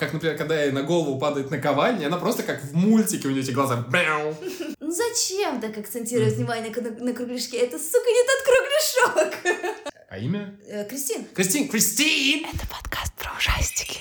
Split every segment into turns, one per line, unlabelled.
Как, например, когда ей на голову падает наковальня, она просто как в мультике, у нее эти глаза. Бэу.
Ну зачем так акцентировать внимание на кругляшке? Это, сука, не тот кругляшок.
А имя?
Кристин.
Кристин!
Это подкаст про ужастики.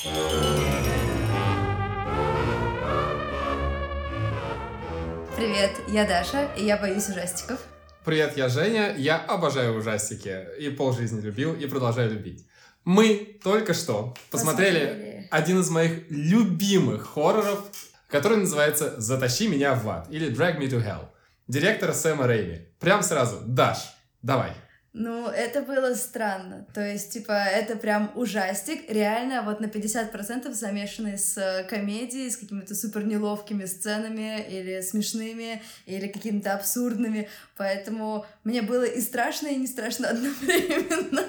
Привет, я Даша, и я боюсь ужастиков.
Привет, я Женя, я обожаю ужастики. И полжизни любил, и продолжаю любить. Мы только что посмотрели один из моих любимых хорроров, который называется «Затащи меня в ад» или «Drag me to hell» директора Сэма Рэйми. Прям сразу, Даш, давай.
Ну, это было странно. То есть, типа, это прям ужастик, реально вот на 50% замешанный с комедией, с какими-то супер неловкими сценами, или смешными, или какими-то абсурдными. Поэтому мне было и страшно, и не страшно одновременно.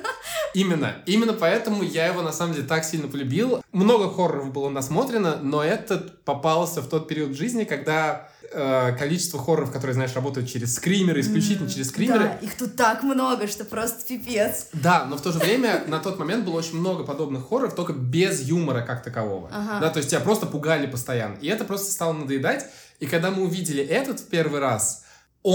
Именно поэтому я его на самом деле так сильно полюбил. Много хорроров было насмотрено, но этот попался в тот период жизни, когда количество хорроров, которые, знаешь, работают через скримеры, исключительно через скримеры.
Да, их тут так много, что просто пипец.
Да, но в то же время на тот момент было очень много подобных хорроров, только без юмора как такового.
Ага.
Да, то есть тебя просто пугали постоянно. И это просто стало надоедать. И когда мы увидели этот в первый раз,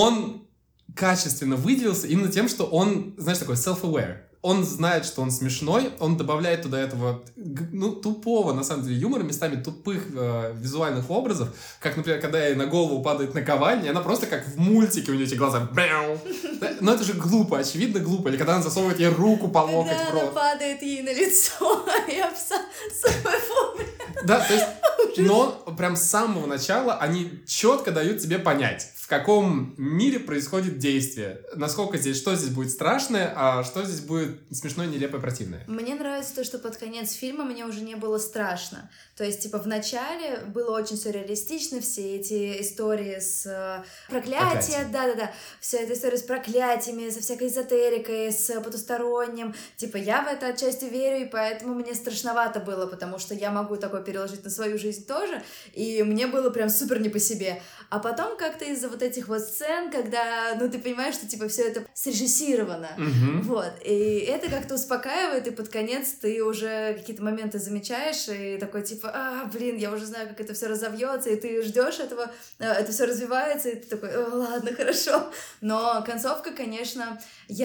он качественно выделился именно тем, что он, знаешь, такой self-aware. Он знает, что он смешной, он добавляет туда этого, тупого, на самом деле, юмора, местами тупых визуальных образов, как, например, когда ей на голову падает наковальня, она просто как в мультике, у нее эти глаза. Бэу. Но это же глупо, очевидно глупо. Или когда она засовывает ей руку по локоть в рот.
Когда она падает ей на лицо, я супер помню.
Да, то есть, но прям с самого начала они четко дают тебе понять, в каком мире происходит действие, насколько здесь, что здесь будет страшное, а что здесь будет смешное, нелепое, противное.
Мне нравится то, что под конец фильма мне уже не было страшно. То есть, типа, в начале было очень все реалистично, все эти истории с проклятием, да-да-да, вся эта история с проклятиями, со всякой эзотерикой, с потусторонним. Типа, я в это отчасти верю, и поэтому мне страшновато было, потому что я могу такое переложить на свою жизнь тоже, и мне было прям супер не по себе. А потом как-то из-за вот этих вот сцен, когда, ты понимаешь, что, типа, все это срежиссировано, вот, и это как-то успокаивает, и под конец ты уже какие-то моменты замечаешь, и такой, типа, я уже знаю, как это все разовьется, и ты ждешь этого, это все развивается, и ты такой, ладно, хорошо. Но концовка, конечно,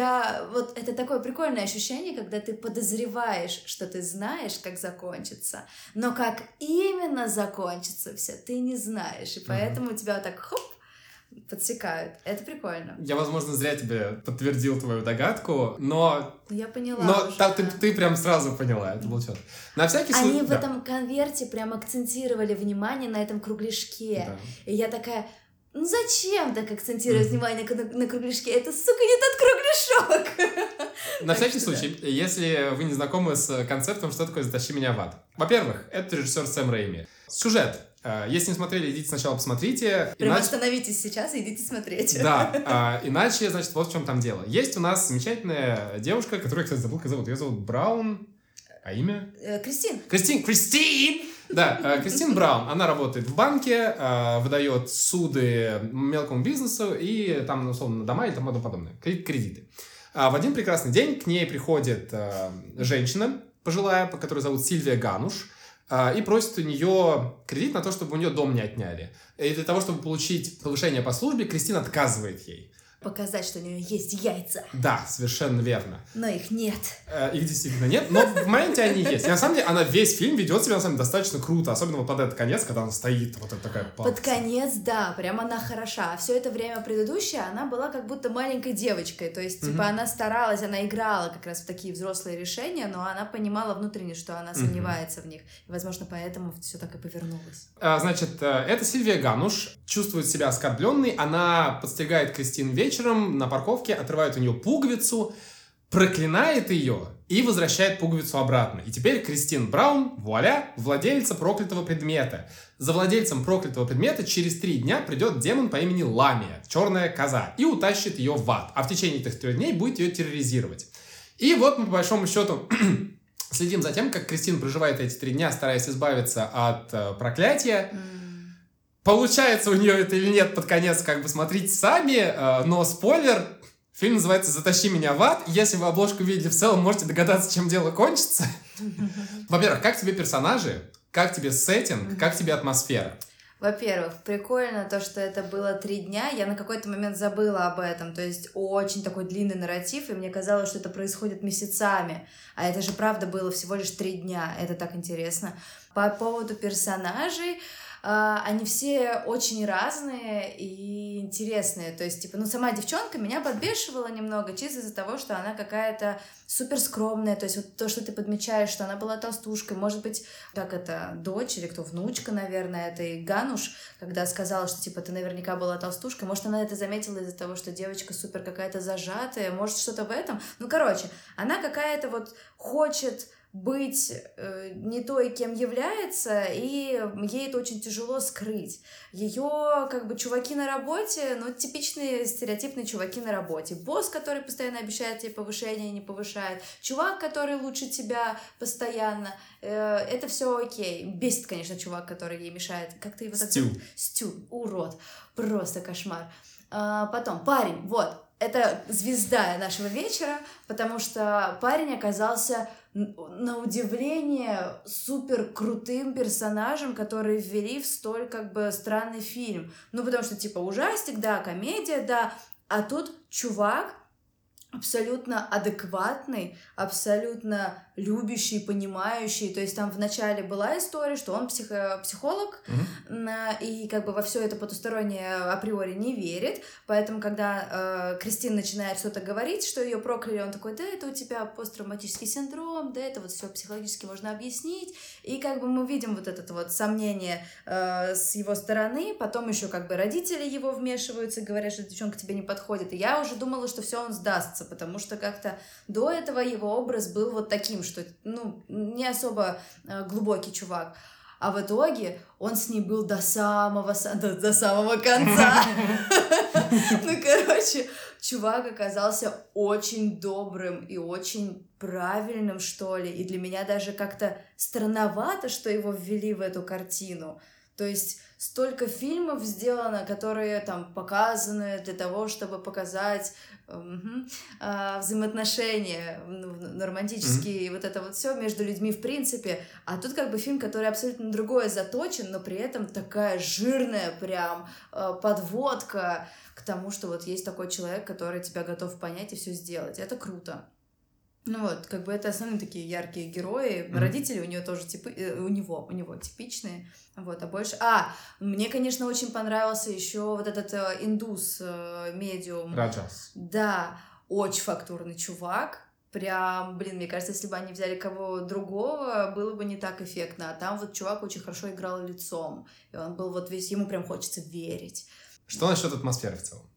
это такое прикольное ощущение, когда ты подозреваешь, что ты знаешь, как закончится, но как именно закончится все, ты не знаешь, и поэтому тебя так хоп, подсекают. Это прикольно.
Я, возможно, зря тебе подтвердил твою догадку, но...
Я поняла.
Но
уже,
ты прям сразу поняла, это был четко. На всякий случай...
Они в этом конверте прям акцентировали внимание на этом кругляшке. Да. И я такая, зачем так акцентировать внимание на кругляшке? Это, сука, не тот кругляшок!
На всякий случай, если вы не знакомы с концептом, что такое «Затащи меня в ад». Во-первых, это режиссер Сэм Рэйми. Сюжет. Если не смотрели, идите сначала посмотрите.
Прям остановитесь сейчас и идите смотреть.
Да, иначе, значит, вот в чем там дело. Есть у нас замечательная девушка, которую, кстати, забыл, как зовут. Ее зовут Браун. А имя?
Кристин!
Да, Кристин Браун. Она работает в банке, выдает суды мелкому бизнесу и там, условно, дома и тому подобное. Кредиты. В один прекрасный день к ней приходит женщина пожилая, которую зовут Сильвия Гануш, и просит у нее кредит на то, чтобы у нее дом не отняли. И для того, чтобы получить повышение по службе, Кристина отказывает ей.
Показать, что у нее есть яйца.
Да, совершенно верно.
Но их нет.
Их действительно нет, но в моменте они есть. И на самом деле она весь фильм ведет себя на самом деле достаточно круто, особенно вот под этот конец, когда она стоит, вот эта такая палка.
Под конец, да, прям она хороша. А все это время предыдущее она была как будто маленькой девочкой, то есть, типа, она старалась, она играла как раз в такие взрослые решения, но она понимала внутренне, что она сомневается в них. И, возможно, поэтому все так и повернулось.
Значит, это Сильвия Гануш, чувствует себя оскорбленной, она подстерегает Кристин вечером на парковке, отрывает у нее пуговицу, проклинает ее и возвращает пуговицу обратно. И теперь Кристин Браун, вуаля, владельца проклятого предмета. За владельцем проклятого предмета через 3 дня придет демон по имени Ламия, черная коза, и утащит ее в ад. А в течение этих 3 дней будет ее терроризировать. И вот мы, по большому счету, следим за тем, как Кристин проживает эти 3 дня, стараясь избавиться от проклятия. Получается у нее это или нет под конец, как бы смотрите сами, но спойлер, фильм называется «Затащи меня в ад». Если вы обложку видели в целом, можете догадаться, чем дело кончится. Во-первых, как тебе персонажи? Как тебе сеттинг, как тебе атмосфера?
Во-первых, прикольно то, что это было 3 дня, я на какой-то момент забыла об этом, то есть очень такой длинный нарратив, и мне казалось, что это происходит месяцами, а это же правда было всего лишь 3 дня, это так интересно. По поводу персонажей, они все очень разные и интересные, то есть, типа, ну, сама девчонка меня подбешивала немного, чисто из-за того, что она какая-то супер скромная, то есть вот то, что ты подмечаешь, что она была толстушкой, может быть, как это, дочь или кто, внучка, наверное, этой Гануш, когда сказала, что, типа, ты наверняка была толстушкой, может, она это заметила из-за того, что девочка супер какая-то зажатая, может, что-то в этом, ну, короче, она какая-то вот хочет быть не той, кем является, и ей это очень тяжело скрыть. Ее, как бы, чуваки на работе, ну, типичные стереотипные чуваки на работе. Босс, который постоянно обещает тебе повышение и не повышает. Чувак, который лучше тебя постоянно. Это все окей. Бесит, конечно, чувак, который ей мешает. Как ты его так зовут? Стю. Урод. Просто кошмар. Потом парень. Вот. Это звезда нашего вечера, потому что парень оказался на удивление супер крутым персонажем, который ввели в столь как бы странный фильм. Ну, потому что типа ужастик, да, комедия, да, а тут чувак абсолютно адекватный, абсолютно любящий, понимающий. То есть там в начале была история, что он психолог, и как бы во все это потустороннее априори не верит. Поэтому, когда Кристин начинает что-то говорить, что ее прокляли, он такой: да, это у тебя посттравматический синдром, да, это вот все психологически можно объяснить. И как бы мы видим вот это вот сомнение с его стороны. Потом еще как бы родители его вмешиваются, говорят, что девчонка тебе не подходит. И я уже думала, что все, он сдастся, потому что как-то до этого его образ был вот таким, что, ну, не особо глубокий чувак. А в итоге он с ней был до самого конца. Ну, короче, чувак оказался очень добрым и очень правильным, что ли. И для меня даже как-то странновато, что его ввели в эту картину. То есть столько фильмов сделано, которые там показаны для того, чтобы показать взаимоотношения, романтические, вот это вот все между людьми в принципе. А тут как бы фильм, который абсолютно на другое заточен, но при этом такая жирная прям подводка к тому, что вот есть такой человек, который тебя готов понять и все сделать. Это круто. Ну вот, как бы это основные такие яркие герои. Родители у нее тоже у него типичные. Вот, а больше... мне, конечно, очень понравился еще вот этот индус, медиум.
Раджас.
Да, очень фактурный чувак. Прям, мне кажется, если бы они взяли кого другого, было бы не так эффектно. А там вот чувак очень хорошо играл лицом. И он был вот весь... Ему прям хочется верить.
Что насчет атмосферы в целом?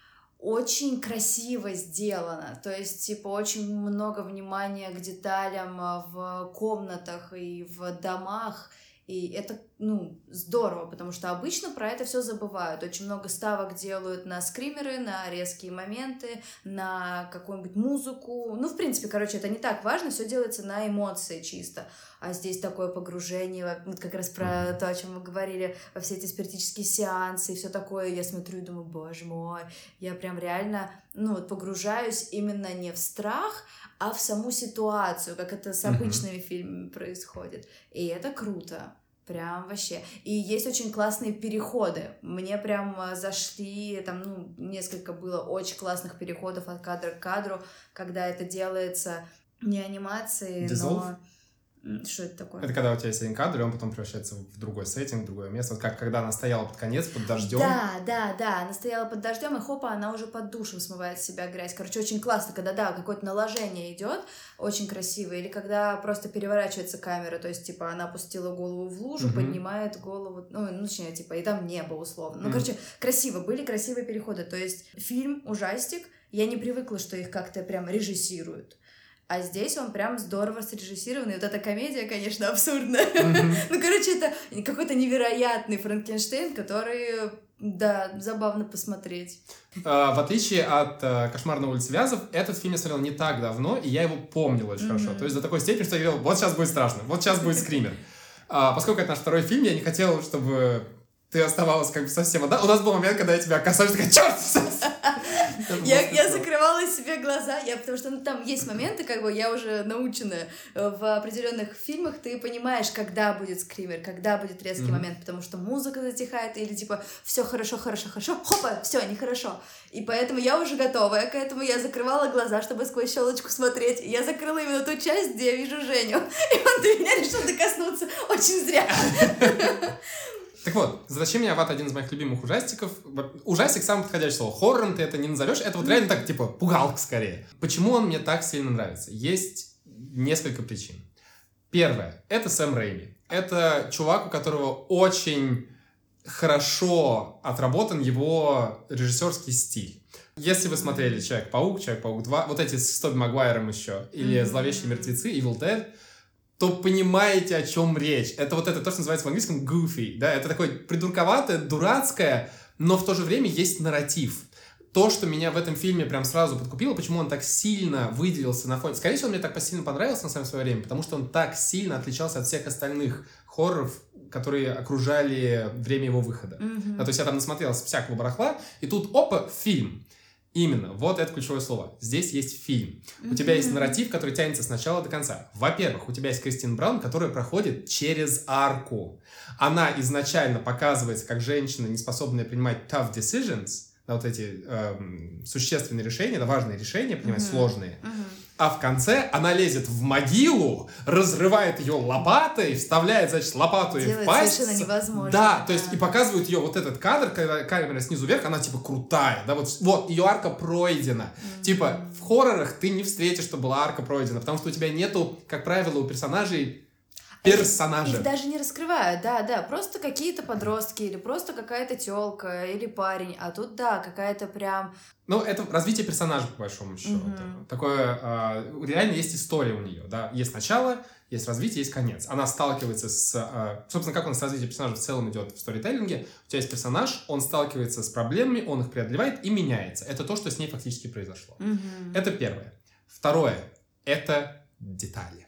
Очень красиво сделано, то есть, типа, очень много внимания к деталям в комнатах и в домах, и это, здорово, потому что обычно про это все забывают. Очень много ставок делают на скримеры, на резкие моменты, на какую-нибудь музыку. В принципе, это не так важно, все делается на эмоции чисто. А здесь такое погружение, вот как раз про то, о чем мы говорили, во все эти спиритические сеансы и все такое. Я смотрю и думаю: боже мой, я прям реально, погружаюсь именно не в страх, а в саму ситуацию, как это с обычными фильмами происходит. И это круто. Прям вообще. И есть очень классные переходы. Мне прям зашли, там, несколько было очень классных переходов от кадра к кадру, когда это делается не анимацией, но... Что это такое?
Это когда у тебя есть один кадр, и он потом превращается в другой сеттинг, в другое место. Вот как когда она стояла под конец, под дождем.
Да, она стояла под дождем, и хопа, она уже под душем смывает с себя грязь. Очень классно, когда, какое-то наложение идет, очень красиво, или когда просто переворачивается камера, то есть, типа, она опустила голову в лужу, поднимает голову, точнее, типа, и там небо условно. Красиво, были красивые переходы, то есть фильм, ужастик, я не привыкла, что их как-то прям режиссируют. А здесь он прям здорово срежиссирован. И вот эта комедия, конечно, абсурдная. Это какой-то невероятный Франкенштейн, который, да, забавно посмотреть.
В отличие от «Кошмар на улице Вязов», этот фильм я смотрел не так давно, и я его помнил очень хорошо. То есть до такой степени, что я говорил: вот сейчас будет страшно, вот сейчас будет скример. Поскольку это наш второй фильм, я не хотел, чтобы ты оставалась как бы совсем одна. У нас был момент, когда я тебя касаюсь, такая: черт!
Я закрывала себе глаза, потому что там есть моменты, я уже наученная в определенных фильмах, ты понимаешь, когда будет скример, когда будет резкий момент, потому что музыка затихает, или все хорошо, хопа, все, нехорошо. И поэтому я уже готовая к этому, я закрывала глаза, чтобы сквозь щелочку смотреть, и я закрыла именно ту часть, где я вижу Женю, и он до меня решил докоснуться очень зря.
Так вот, «Зачем меня в ад» — один из моих любимых ужастиков. Ужастик — самое подходящее слово. Хоррором ты это не назовешь, это вот реально так, пугалка скорее. Почему он мне так сильно нравится? Есть несколько причин. Первое — это Сэм Рэйми. Это чувак, у которого очень хорошо отработан его режиссерский стиль. Если вы смотрели «Человек-паук», «Человек-паук 2», вот эти с Тоби Магуайром еще, или «Зловещие мертвецы», «Evil Dead», то понимаете, о чем речь. Это вот это то, что называется в английском goofy, да, это такое придурковатое, дурацкое, но в то же время есть нарратив. То, что меня в этом фильме прям сразу подкупило, почему он так сильно выделился на фоне... Скорее всего, он мне так сильно понравился на самое свое время, потому что он так сильно отличался от всех остальных хорроров, которые окружали время его выхода. То есть я там насмотрелся всякого барахла, и тут, опа, фильм. Именно, вот это ключевое слово. Здесь есть фильм. У тебя есть нарратив, который тянется с начала до конца. Во-первых, у тебя есть Кристин Браун, которая проходит через арку. Она изначально показывается как женщина, не способная принимать tough decisions, да, вот эти существенные решения, да, важные решения, принимать сложные. А в конце она лезет в могилу, разрывает ее лопатой, вставляет, значит, лопату ей в пасть.
Совершенно невозможно.
Да, то есть и показывают ее вот этот кадр, когда камера снизу вверх, она крутая, да, вот ее арка пройдена. В хоррорах ты не встретишь, что была арка пройдена, потому что у тебя нету, как правило, у персонажей персонажи.
Их даже не раскрывают, да, просто какие-то подростки, или просто какая-то тёлка, или парень, а тут, да, какая-то прям...
Это развитие персонажа, по большому счету. Такое, реально есть история у нее, да, есть начало, есть развитие, есть конец. Она сталкивается с... собственно, как у нас развитие персонажа в целом идет в сторителлинге. У тебя есть персонаж, он сталкивается с проблемами, он их преодолевает и меняется. Это то, что с ней фактически произошло. Это первое. Второе. Это детали.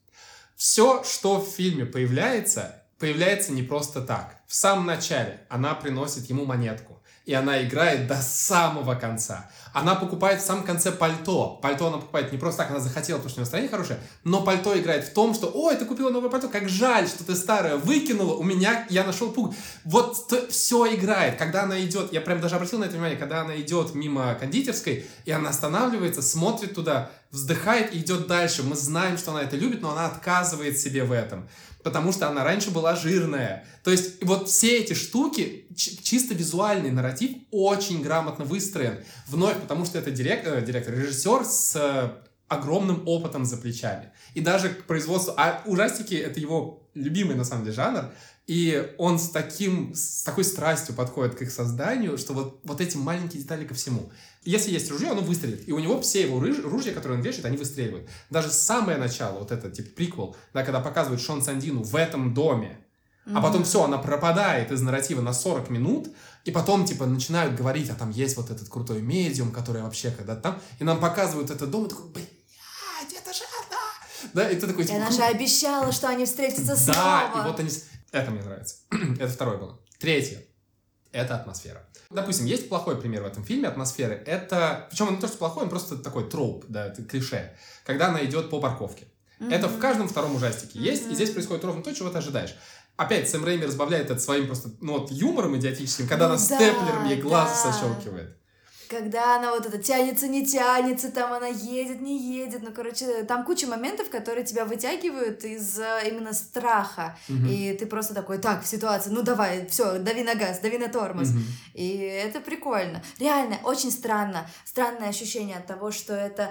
Все, что в фильме появляется не просто так. В самом начале она приносит ему монетку, и она играет до самого конца. Она покупает в самом конце пальто. Пальто она покупает не просто так, она захотела, потому что у нее настроение хорошее, но пальто играет в том, что «Ой, ты купила новое пальто, как жаль, что ты старое выкинула, я нашел пуг». Вот все играет. Когда она идет, я прям даже обратил на это внимание, когда она идет мимо кондитерской, и она останавливается, смотрит туда, вздыхает и идет дальше. Мы знаем, что она это любит, но она отказывает себе в этом, потому что она раньше была жирная. То есть вот все эти штуки, чисто визуальный нарратив очень грамотно выстроен. Вновь, потому что это режиссер с огромным опытом за плечами. И даже к производству... А ужастики — это его любимый, на самом деле, жанр. И он с такой страстью подходит к их созданию, что вот эти маленькие детали ко всему. Если есть ружье, оно выстрелит. И у него все его ружья, которые он вешает, они выстреливают. Даже самое начало, вот это, приквел, да, когда показывают Шон Сандину в этом доме, а потом все, она пропадает из нарратива на 40 минут, и потом, начинают говорить, а там есть вот этот крутой медиум, который вообще когда-то там, и нам показывают этот дом, и такой, блядь, это же она! Да, и ты такой,
и она же обещала, что они встретятся снова.
Да, и вот они... Это мне нравится. Это второе было. Третье. Это атмосфера. Допустим, есть плохой пример в этом фильме атмосферы. Это... Причем он не то, что плохой, он просто такой троп, да, это клише. Когда она идет по парковке. Это в каждом втором ужастике есть, и здесь происходит ровно то, чего ты ожидаешь. Опять Сэм Рэйми разбавляет это своим просто, юмором идиотическим, когда она степлером ей глаз защелкивает.
Когда она вот это тянется, не тянется, там она едет, не едет. Там куча моментов, которые тебя вытягивают из именно страха. И ты просто такой, так, в ситуации, давай, все, дави на газ, дави на тормоз. И это прикольно. Реально, очень странно. Странное ощущение от того, что это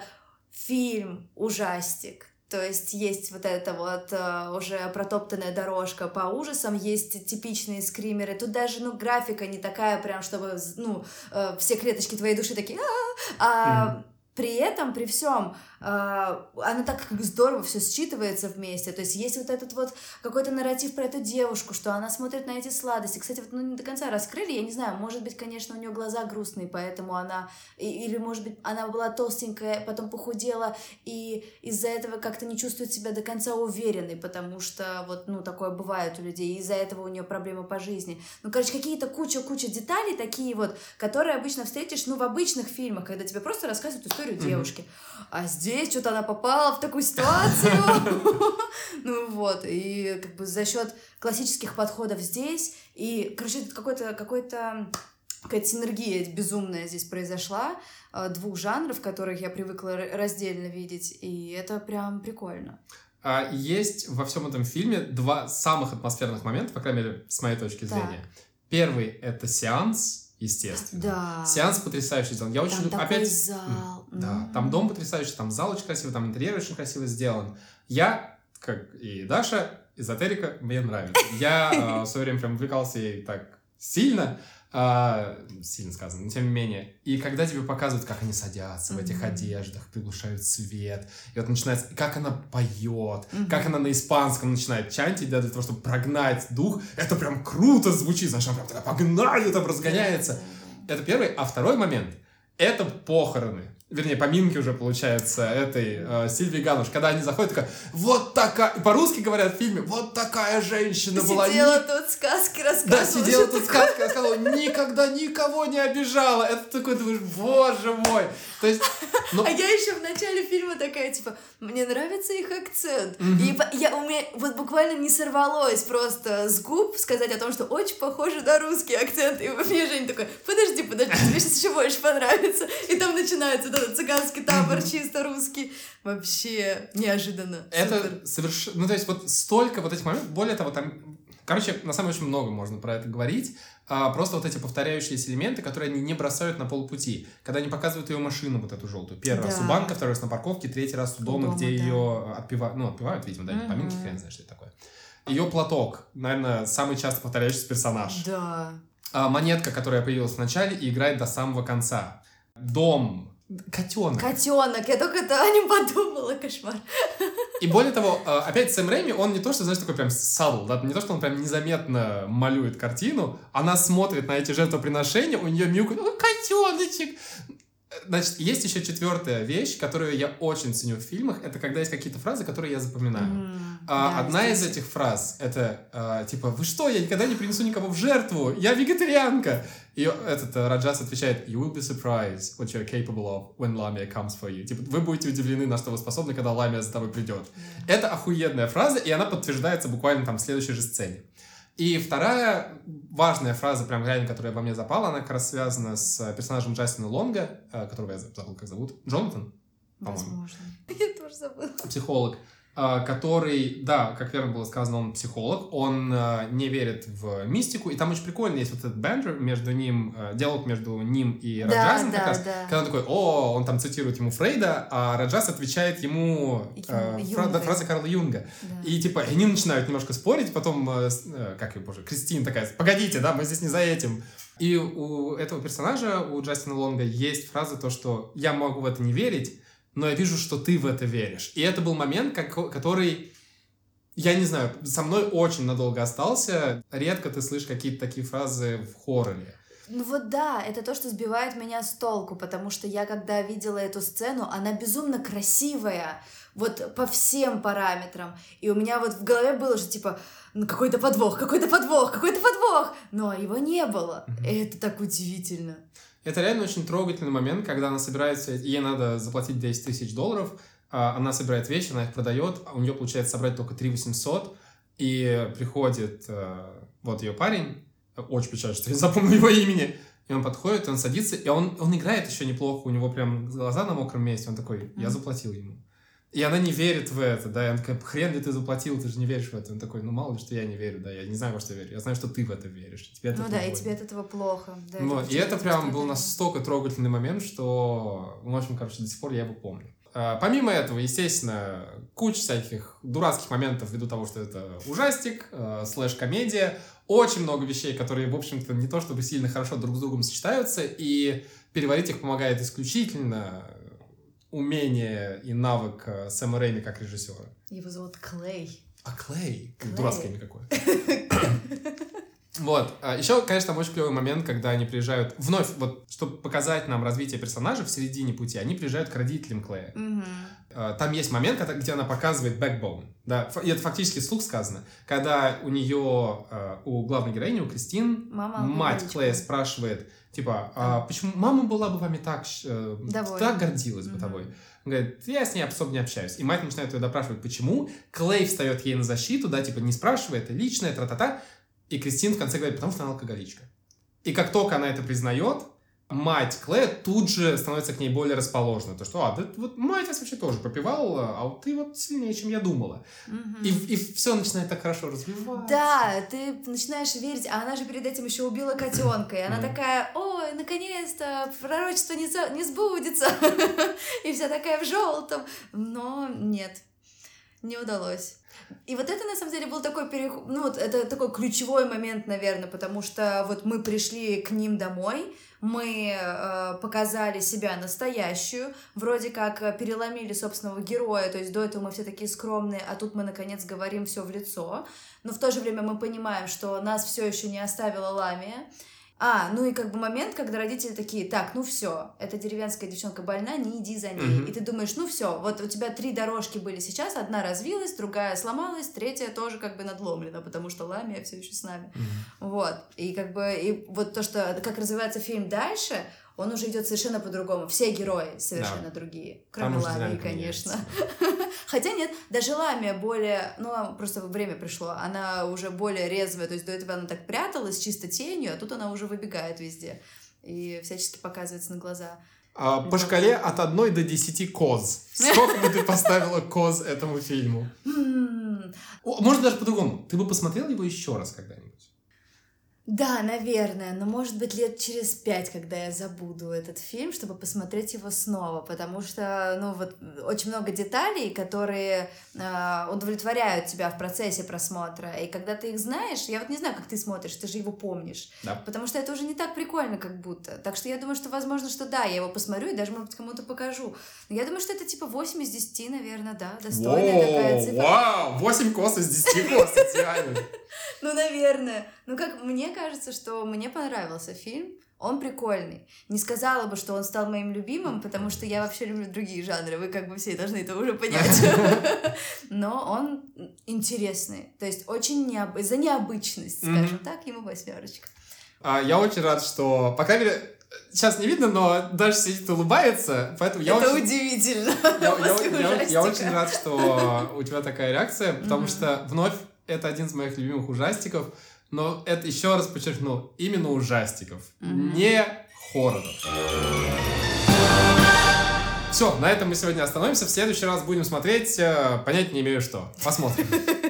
фильм-ужастик. То есть вот эта вот уже протоптанная дорожка по ужасам, есть типичные скримеры. Тут даже, графика не такая прям, чтобы, все клеточки твоей души такие... при этом, при всем, она так как здорово все считывается вместе. То есть есть вот этот вот какой-то нарратив про эту девушку, что она смотрит на эти сладости. Кстати, вот не до конца раскрыли, я не знаю, может быть, конечно, у нее глаза грустные, поэтому она... Или, может быть, она была толстенькая, потом похудела, и из-за этого как-то не чувствует себя до конца уверенной, потому что вот, такое бывает у людей, и из-за этого у нее проблемы по жизни. Короче, какие-то куча деталей такие вот, которые обычно встретишь, в обычных фильмах, когда тебе просто рассказывают историю девушки. А здесь что-то она попала в такую ситуацию. И как бы за счет классических подходов здесь, и, короче, какая-то синергия безумная здесь произошла, двух жанров, которых я привыкла раздельно видеть, и это прям прикольно.
Есть во всем этом фильме два самых атмосферных момента, по крайней мере, с моей точки зрения. Да. Первый — это сеанс, естественно.
Да.
Сеанс потрясающий сделан. Я очень
там такой зал.
Да, там дом потрясающий, там зал очень красивый, там интерьер очень красиво сделан. Я, как и Даша, эзотерика, мне нравится. Я в свое время прям увлекался ей так сильно, сильно сказано, но тем не менее. И когда тебе показывают, как они садятся в этих одеждах, приглушают свет, и вот начинается, как она поет, как она на испанском начинает чантить, для того, чтобы прогнать дух, это прям круто звучит, знаешь, она прям такая погнали, там разгоняется. Это первый. А второй момент — это похороны. Вернее, поминки уже, получается, этой Сильвии Гануш. Когда они заходят, такая, вот такая... По-русски говорят в фильме, вот такая женщина была.
Сидела тут сказки рассказывала.
Да, сидела тут сказки рассказывала, никогда никого не обижала. Это такой, думаешь, боже мой. То есть...
А я еще в начале фильма такая, типа, мне нравится их акцент. И у меня вот буквально не сорвалось просто с губ сказать о том, что очень похоже на русский акцент. И мне Женя такой, подожди, тебе сейчас еще больше понравится. И там начинается этот цыганский табор чисто русский. Вообще неожиданно.
Это совершенно... то есть вот столько вот этих моментов. Более того, там... Короче, на самом деле очень много можно про это говорить. Просто вот эти повторяющиеся элементы, которые они не бросают на полпути. Когда они показывают ее машину, вот эту желтую. Первый раз у банка, второй раз на парковке, третий раз у дома, где ее отпевают, видимо, да, поминки, хрен знает, что это такое. Ее платок, наверное, самый часто повторяющийся персонаж.
Да.
Монетка, которая появилась в начале и играет до самого конца. Дом. Котенок.
Я только о нем подумала, кошмар.
И более того, опять Сэм Рэйми, он не то, что, знаешь, такой прям сабл, да, не то, что он прям незаметно малюет картину, она смотрит на эти жертвоприношения, у нее мяукает, котеночек. Значит, есть еще четвертая вещь, которую я очень ценю в фильмах, это когда есть какие-то фразы, которые я запоминаю. Одна из этих фраз, это типа, вы что, я никогда не принесу никого в жертву, я вегетарианка. И этот Раджас отвечает, you will be surprised what you're capable of when Lamia comes for you. Типа, вы будете удивлены, на что вы способны, когда Ламия за тобой придет. Это охуенная фраза, и она подтверждается буквально там в следующей же сцене. И вторая важная фраза, прям реально, которая во мне запала, она как раз связана с персонажем Джастина Лонга, которого я забыл, как зовут, Джонатан, по-моему.
Возможно. Я тоже забыла.
Психолог, который, да, как верно было сказано, он психолог, он не верит в мистику, и там очень прикольно есть вот этот бендер между ним, диалог между ним и Раджасом, как раз, когда он такой, он там цитирует ему Фрейда, а Раджас отвечает ему фразы Карла Юнга. Да. И типа они начинают немножко спорить, потом, Кристин такая, погодите, да, мы здесь не за этим. И у этого персонажа, у Джастина Лонга, есть фраза то, что я могу в это не верить, но я вижу, что ты в это веришь. И это был момент, который, я не знаю, со мной очень надолго остался. Редко ты слышишь какие-то такие фразы в хорроре.
Это то, что сбивает меня с толку, потому что я, когда видела эту сцену, она безумно красивая, вот по всем параметрам. И у меня вот в голове было же типа, какой-то подвох, но его не было. И это так удивительно.
Это реально очень трогательный момент, когда она собирается, ей надо заплатить $10 000, она собирает вещи, она их продает, а у нее получается собрать только 3 800, и приходит вот ее парень, очень печально, что я запомнил его имени, и он подходит, он садится, и он играет еще неплохо, у него прям глаза на мокром месте, он такой, я заплатил ему. И она не верит в это, да, и она такая, хрен ли ты заплатил, ты же не веришь в это. Он такой, мало ли, что я не верю, да, я не знаю, во что я верю, я знаю, что ты в это веришь. Тебе от этого
и тебе от этого плохо. Да,
вот, и это прям был настолько трогательный момент, что, в общем, до сих пор я его помню. Помимо этого, естественно, куча всяких дурацких моментов ввиду того, что это ужастик, слэш-комедия, очень много вещей, которые, в общем-то, не то чтобы сильно хорошо друг с другом сочетаются, и переварить их помогает исключительно умение и навык Сэма Рэйми как режиссера.
Его зовут Клей.
А Клей? Дурацкое имя какое. Вот. Еще, конечно, там очень клевый момент, когда они приезжают... Вновь, вот, чтобы показать нам развитие персонажа в середине пути, они приезжают к родителям Клея. Там есть момент, где она показывает backbone. Да, и это фактически вслух сказано. Когда у нее, у главной героини, у Кристин, мать Клея спрашивает, типа, почему мама была бы вами так гордилась бы тобой? Он говорит, я с ней особо не общаюсь. И мать начинает ее допрашивать, почему. Клей встает ей на защиту, да, типа, не спрашивая, это личное, тра-та-та. И Кристин в конце говорит, потому что она алкоголичка. И как только она это признает, мать Клея тут же становится к ней более расположена. То, что, да, вот мать вас вообще тоже попивала, а вот ты вот сильнее, чем я думала. И все начинает так хорошо развиваться.
Да, ты начинаешь верить, а она же перед этим еще убила котенка, и она такая, ой, наконец-то пророчество не сбудется. И вся такая в желтом. Но нет, не удалось. И вот это, на самом деле, был такой переход, ну, вот это такой ключевой момент, наверное, потому что вот мы пришли к ним домой, мы показали себя настоящую, вроде как переломили собственного героя, то есть до этого мы все такие скромные, а тут мы, наконец, говорим все в лицо, но в то же время мы понимаем, что нас все еще не оставила Ламия. Ну и как бы момент, когда родители такие, так, ну все, эта деревенская девчонка больна, не иди за ней. И ты думаешь, ну все, вот у тебя 3 дорожки были сейчас, одна развилась, другая сломалась, третья тоже как бы надломлена, потому что Ламия все еще с нами. Вот. И как бы, и вот то, что, как развивается фильм дальше, он уже идет совершенно по-другому. Все герои совершенно другие. Кроме Ламии, конечно. Хотя нет, даже Ламия более... Ну, просто время пришло. Она уже более резвая. То есть до этого она так пряталась чисто тенью, а тут она уже выбегает везде. И всячески показывается на глаза.
По шкале от 1 до 10 коз. Сколько бы ты поставила коз этому фильму? Может, даже по-другому. Ты бы посмотрел его еще раз когда-нибудь?
Да, наверное, но может быть лет через 5, когда я забуду этот фильм, чтобы посмотреть его снова, потому что, ну вот, очень много деталей, которые удовлетворяют тебя в процессе просмотра, и когда ты их знаешь, я вот не знаю, как ты смотришь, ты же его помнишь, потому что это уже не так прикольно, как будто, так что я думаю, что возможно, что да, я его посмотрю и даже, может быть, кому-то покажу, но я думаю, что это типа 8 из 10, наверное, да, достойная такая цифра.
Вау, 8 коз из 10 коз, идеально.
Ну, наверное. Ну, как мне кажется, что мне понравился фильм. Он прикольный. Не сказала бы, что он стал моим любимым, потому что я вообще люблю другие жанры. Вы как бы все должны это уже понять. Но он интересный. То есть очень за необычность, скажем так, ему 8.
Я очень рад, что... По крайней мере, сейчас не видно, но даже сидит и улыбается, поэтому я
это
очень...
удивительно.
Я очень рад, что у тебя такая реакция, потому что вновь это один из моих любимых ужастиков, но это, еще раз подчеркну, именно ужастиков, не хорроров. Все, на этом мы сегодня остановимся. В следующий раз будем смотреть, понятия не имею что. Посмотрим.